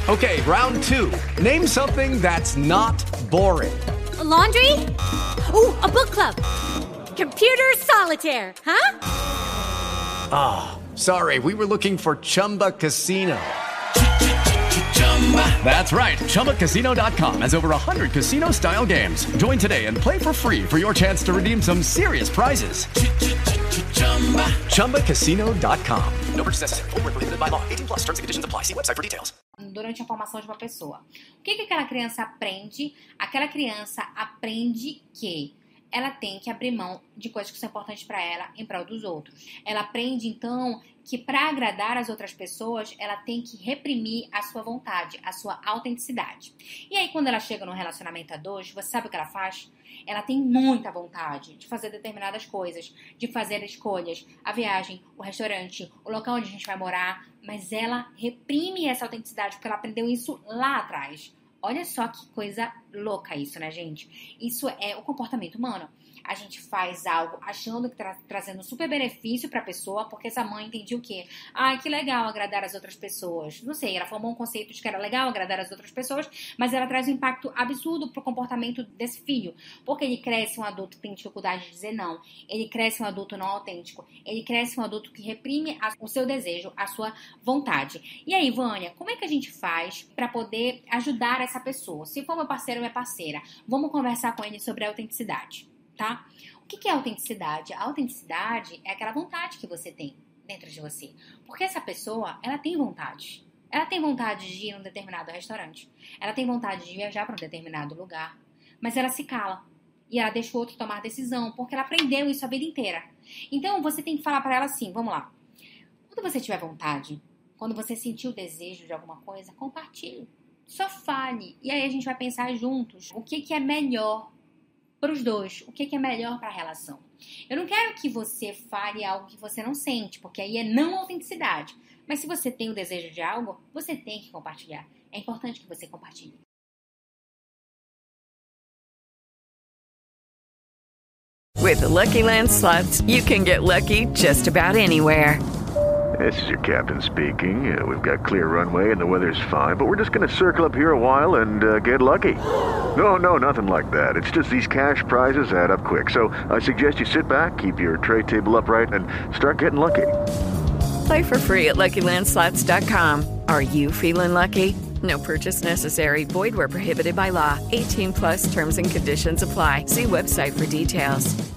Okay, round two. Name something that's not boring. A laundry? Ooh, a book club. Computer solitaire, huh? Ah, sorry, we were looking for Chumba Casino. That's right, ChumbaCasino.com has over 100 casino-style games. Join today and play for free for your chance to redeem some serious prizes. ChumbaCasino.com. No purchase necessary. Void where prohibited by law. 18 plus. Terms and conditions apply. See website for details. Durante a formação de uma pessoa. O que aquela criança aprende? Aquela criança aprende que ela tem que abrir mão de coisas que são importantes para ela em prol dos outros. Ela aprende, então, que para agradar as outras pessoas, ela tem que reprimir a sua vontade, a sua autenticidade. E aí, quando ela chega num relacionamento a dois, você sabe o que ela faz? Ela tem muita vontade de fazer determinadas coisas, de fazer escolhas, a viagem, o restaurante, o local onde a gente vai morar, mas ela reprime essa autenticidade porque ela aprendeu isso lá atrás. Olha só que coisa louca isso, né, gente? Isso é o comportamento humano. A gente faz algo achando que tá trazendo super benefício pra pessoa, porque essa mãe entendia o quê? Ah, que legal agradar as outras pessoas. Não sei, ela formou um conceito de que era legal agradar as outras pessoas, mas ela traz um impacto absurdo pro comportamento desse filho. Porque ele cresce um adulto que tem dificuldade de dizer não. Ele cresce um adulto não autêntico. Ele cresce um adulto que reprime o seu desejo, a sua vontade. E aí, Vânia, como é que a gente faz pra poder ajudar essa pessoa? Se for meu parceiro ou minha parceira, vamos conversar com ele sobre a autenticidade. Tá? O que é autenticidade? A autenticidade é aquela vontade que você tem dentro de você. Porque essa pessoa, ela tem vontade. Ela tem vontade de ir a um determinado restaurante. Ela tem vontade de viajar para um determinado lugar. Mas ela se cala. E ela deixa o outro tomar decisão, porque ela aprendeu isso a vida inteira. Então, você tem que falar para ela assim, vamos lá. Quando você tiver vontade, quando você sentir o desejo de alguma coisa, compartilhe. Só fale. E aí a gente vai pensar juntos o que é melhor para os dois, o que é melhor para a relação. Eu não quero que você fale algo que você não sente, porque aí é não autenticidade. Mas se você tem o desejo de algo, você tem que compartilhar. É importante que você compartilhe. With the Lucky Land Slots, you can get lucky just about anywhere. This is your captain speaking. We've got clear runway and the weather's fine, but we're just going to circle up here a while and get lucky. No, nothing like that. It's just these cash prizes add up quick. So I suggest you sit back, keep your tray table upright, and start getting lucky. Play for free at LuckyLandSlots.com. Are you feeling lucky? No purchase necessary. Void where prohibited by law. 18 plus terms and conditions apply. See website for details.